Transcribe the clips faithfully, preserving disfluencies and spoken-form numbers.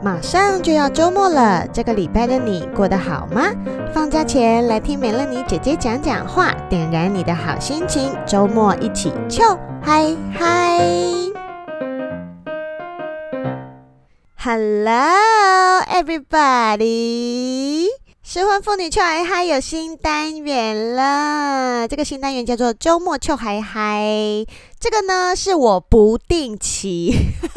马上就要周末了，这个礼拜的你过得好吗？放假前来听美乐妮姐姐讲讲话，点燃你的好心情，周末一起秋嗨嗨。Hello everybody， 失婚妇女秋嗨嗨有新单元了，这个新单元叫做周末秋嗨嗨。这个呢是我不定期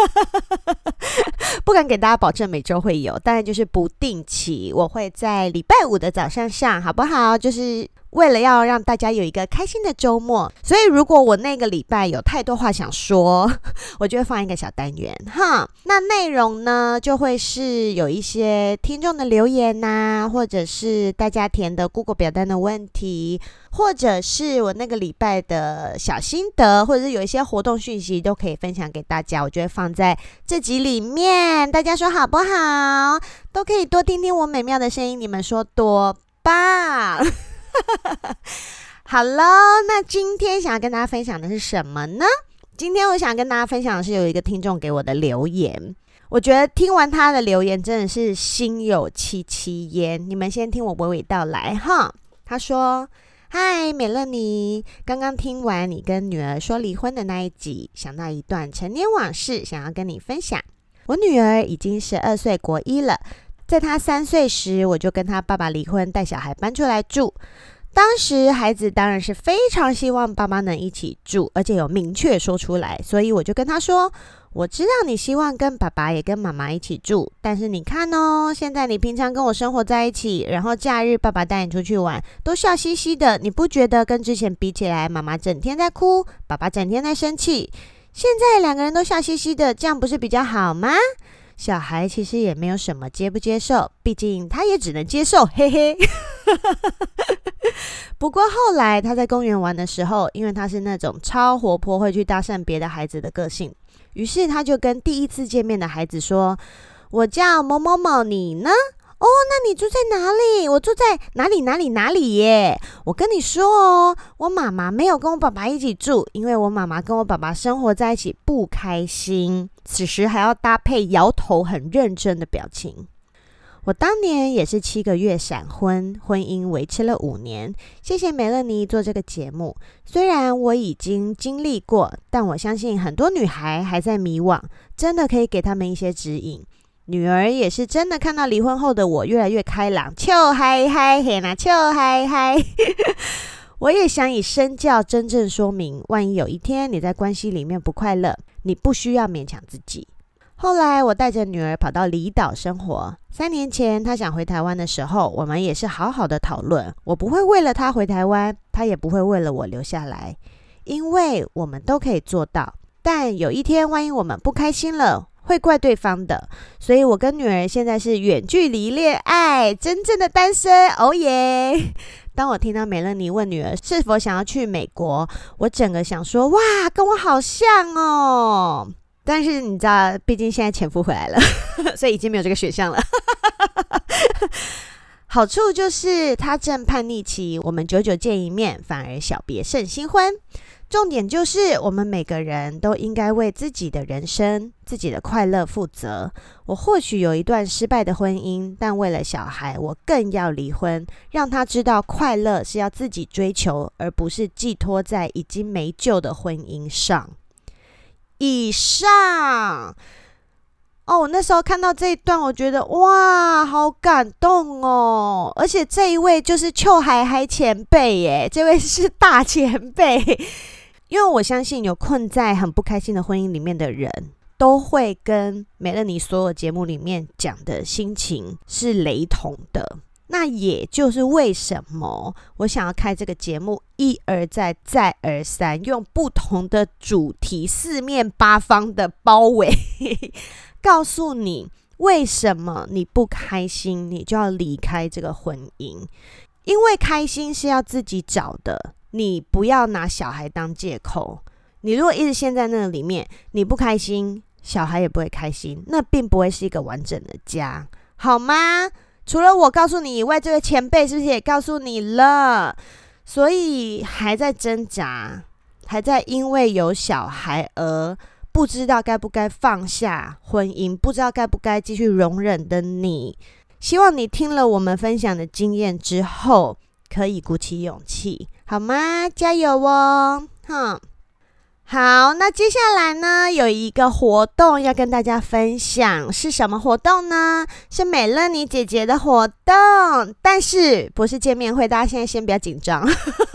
不敢给大家保证每周会有，当然就是不定期，我会在礼拜五的早上上，好不好？就是为了要让大家有一个开心的周末，所以如果我那个礼拜有太多话想说，我就会放一个小单元哈。那内容呢，就会是有一些听众的留言啊，或者是大家填的 Google 表单的问题，或者是我那个礼拜的小心得，或者是有一些活动讯息都可以分享给大家，我就会放在这集里面，大家说好不好？都可以多听听我美妙的声音，你们说多棒好咯，那今天想要跟大家分享的是什么呢？今天我想跟大家分享的是有一个听众给我的留言，我觉得听完他的留言真的是心有戚戚焉，你们先听我娓娓道来哈。他说，嗨，美乐妮，刚刚听完你跟女儿说离婚的那一集，想到一段陈年往事，想要跟你分享。我女儿已经十二岁国一了，在她三岁时，我就跟她爸爸离婚，带小孩搬出来住。当时孩子当然是非常希望爸妈能一起住，而且有明确说出来，所以我就跟他说，我知道你希望跟爸爸也跟妈妈一起住，但是你看哦，现在你平常跟我生活在一起，然后假日爸爸带你出去玩，都笑嘻嘻的，你不觉得跟之前比起来，妈妈整天在哭，爸爸整天在生气，现在两个人都笑嘻嘻的，这样不是比较好吗？小孩其实也没有什么接不接受，毕竟他也只能接受，嘿嘿不过后来他在公园玩的时候，因为他是那种超活泼会去搭讪别的孩子的个性，于是他就跟第一次见面的孩子说，我叫某某某，你呢？哦，那你住在哪里？我住在哪里哪里哪里耶。我跟你说哦，我妈妈没有跟我爸爸一起住，因为我妈妈跟我爸爸生活在一起不开心。此时还要搭配摇头很认真的表情。我当年也是七个月闪婚，婚姻维持了五年。谢谢美乐妮做这个节目，虽然我已经经历过，但我相信很多女孩还在迷惘，真的可以给她们一些指引。女儿也是真的看到离婚后的我越来越开朗，笑嗨嗨嘿啦，笑嗨嗨我也想以身教真正说明，万一有一天你在关系里面不快乐，你不需要勉强自己。后来我带着女儿跑到离岛生活，三年前她想回台湾的时候，我们也是好好的讨论，我不会为了她回台湾，她也不会为了我留下来，因为我们都可以做到，但有一天万一我们不开心了，会怪对方的，所以我跟女儿现在是远距离恋爱，真正的单身，哦耶！当我听到美乐妮问女儿是否想要去美国，我整个想说，哇，跟我好像哦。但是你知道，毕竟现在前夫回来了，所以已经没有这个选项了。好处就是他正叛逆期，我们久久见一面，反而小别胜新婚。重点就是我们每个人都应该为自己的人生、自己的快乐负责。我或许有一段失败的婚姻，但为了小孩，我更要离婚，让他知道快乐是要自己追求，而不是寄托在已经没救的婚姻上。以上哦，我那时候看到这一段，我觉得哇，好感动哦！而且这一位就是秋海海前辈耶，这位是大前辈。因为我相信有困在很不开心的婚姻里面的人，都会跟美乐妮所有节目里面讲的心情是雷同的。那也就是为什么我想要开这个节目，一而再再而三用不同的主题四面八方的包围告诉你为什么你不开心你就要离开这个婚姻，因为开心是要自己找的，你不要拿小孩当借口。你如果一直陷在那里面，你不开心，小孩也不会开心，那并不会是一个完整的家，好吗？除了我告诉你以外，这位前辈是不是也告诉你了？所以还在挣扎，还在因为有小孩而不知道该不该放下婚姻，不知道该不该继续容忍的你，希望你听了我们分享的经验之后可以鼓起勇气，好吗？加油哦！哼，好，那接下来呢，有一个活动要跟大家分享，是什么活动呢？是美乐妮姐姐的活动，但是不是见面会，大家现在先不要紧张。大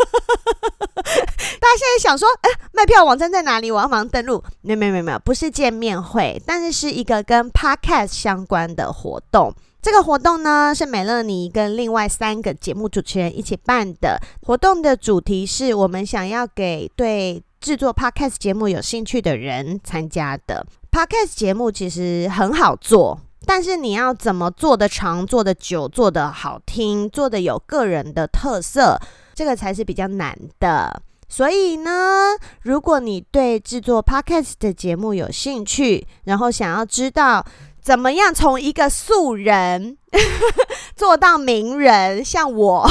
家现在想说，哎，卖票网站在哪里？我要马上登录。没有没有没有，不是见面会，但是是一个跟 podcast 相关的活动。这个活动呢，是美乐妮跟另外三个节目主持人一起办的。活动的主题是我们想要给对制作 podcast 节目有兴趣的人参加的。podcast 节目其实很好做，但是你要怎么做得长、做得久、做得好听、做得有个人的特色，这个才是比较难的。所以呢，如果你对制作 podcast 的节目有兴趣，然后想要知道怎么样从一个素人做到名人，像我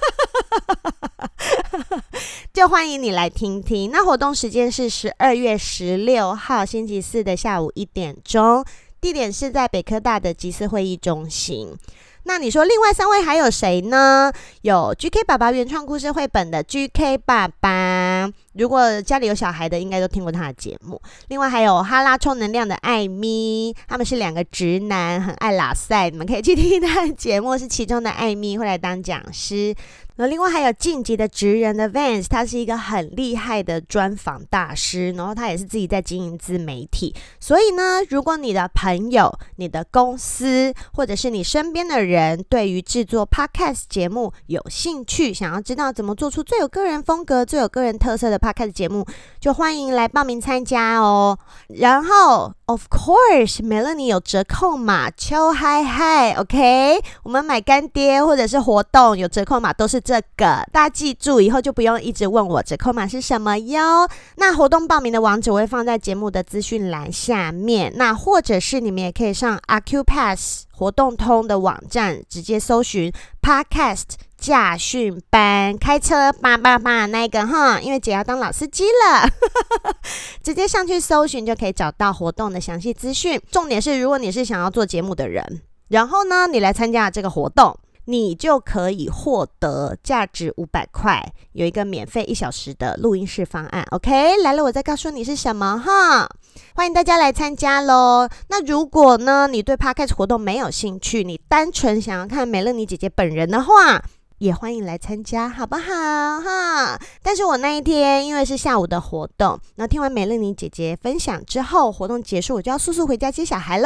就欢迎你来听听。那活动时间是十二月十六号星期四的下午一点钟，地点是在北科大的集思会议中心。那你说另外三位还有谁呢？有 G K 爸爸原创故事绘本的 G K 爸爸，如果家里有小孩的应该都听过他的节目。另外还有哈拉充能量的艾咪，他们是两个直男，很爱拉塞，你们可以去听他的节目，是其中的艾咪会来当讲师。然后另外还有晋级的职人的 Vance， 他是一个很厉害的专访大师，然后他也是自己在经营自媒体。所以呢，如果你的朋友、你的公司或者是你身边的人对于制作 podcast 节目有兴趣，想要知道怎么做出最有个人风格、最有个人特色的 podcast 节目，就欢迎来报名参加哦。然后 of course 美乐妮有折扣码，秋嗨嗨 OK， 我们买干爹或者是活动有折扣码都是这个，大家记住，以后就不用一直问我折扣码是什么哟。那活动报名的网址我会放在节目的资讯栏下面，那或者是你们也可以上 Acupass 活动通的网站，直接搜寻 Podcast 驾训班，开车叭叭叭那个哈，因为姐要当老司机了直接上去搜寻就可以找到活动的详细资讯。重点是，如果你是想要做节目的人，然后呢你来参加这个活动，你就可以获得价值五百块，有一个免费一小时的录音室方案。 OK， 来了我再告诉你是什么哈，欢迎大家来参加咯。那如果呢你对 Podcast 活动没有兴趣，你单纯想要看美乐妮姐姐本人的话，也欢迎来参加，好不好哈？但是我那一天因为是下午的活动，然后听完美乐妮姐姐分享之后，活动结束我就要速速回家接小孩咯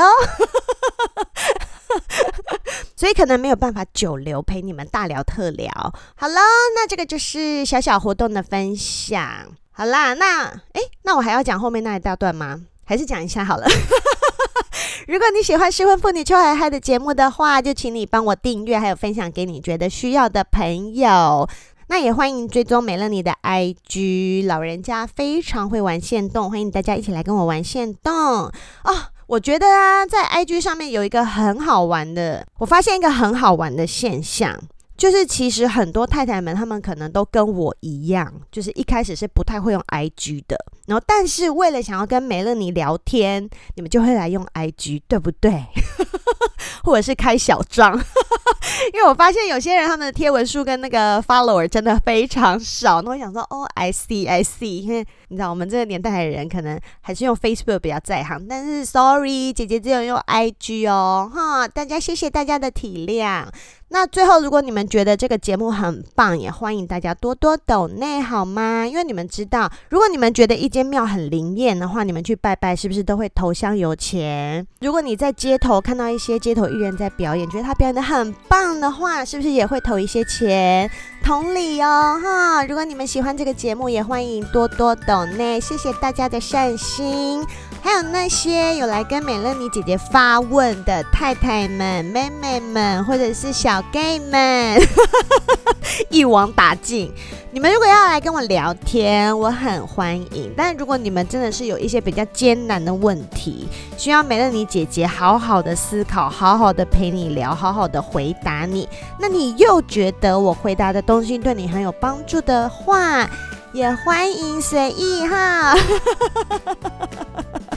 所以可能没有办法久留陪你们大聊特聊。好了，那这个就是小小活动的分享。好啦，那诶那我还要讲后面那一大段吗？还是讲一下好了如果你喜欢失婚妇女秋海海的节目的话，就请你帮我订阅，还有分享给你觉得需要的朋友。那也欢迎追踪美乐妮的 I G， 老人家非常会玩限动，欢迎大家一起来跟我玩限动哦。我觉得啊，在 I G 上面有一个很好玩的，我发现一个很好玩的现象，就是其实很多太太们她们可能都跟我一样，就是一开始是不太会用 I G 的，然后但是为了想要跟美乐妮聊天，你们就会来用 I G， 对不对或者是开小账因为我发现有些人他们的贴文数跟那个 follower 真的非常少，那我想说哦 I see I see， 因为你知道我们这个年代的人可能还是用 Facebook 比较在行，但是 sorry 姐姐只有用 I G 哦哈，大家谢谢大家的体谅。那最后如果你们觉得这个节目很棒，也欢迎大家多多抖内好吗？因为你们知道，如果你们觉得一间庙很灵验的话，你们去拜拜是不是都会投香油钱？如果你在街头看到一些街头艺人在表演，觉得他表演得很棒的话，是不是也会投一些钱？同理哦哈，如果你们喜欢这个节目，也欢迎多多抖内，谢谢大家的善心。还有那些有来跟美乐妮姐姐发问的太太们、妹妹们，或者是小 gay 们一网打尽。你们如果要来跟我聊天，我很欢迎，但如果你们真的是有一些比较艰难的问题，需要美乐妮姐姐好好的思考，好好的陪你聊，好好的回答你，那你又觉得我回答的东西对你很有帮助的话，也欢迎随意哈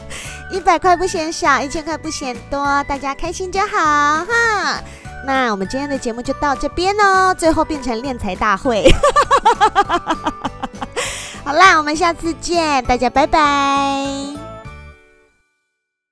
一百块不嫌少，一千块不嫌多，大家开心就好哈。那我们今天的节目就到这边哦，最后变成敛财大会。好啦，我们下次见，大家拜拜。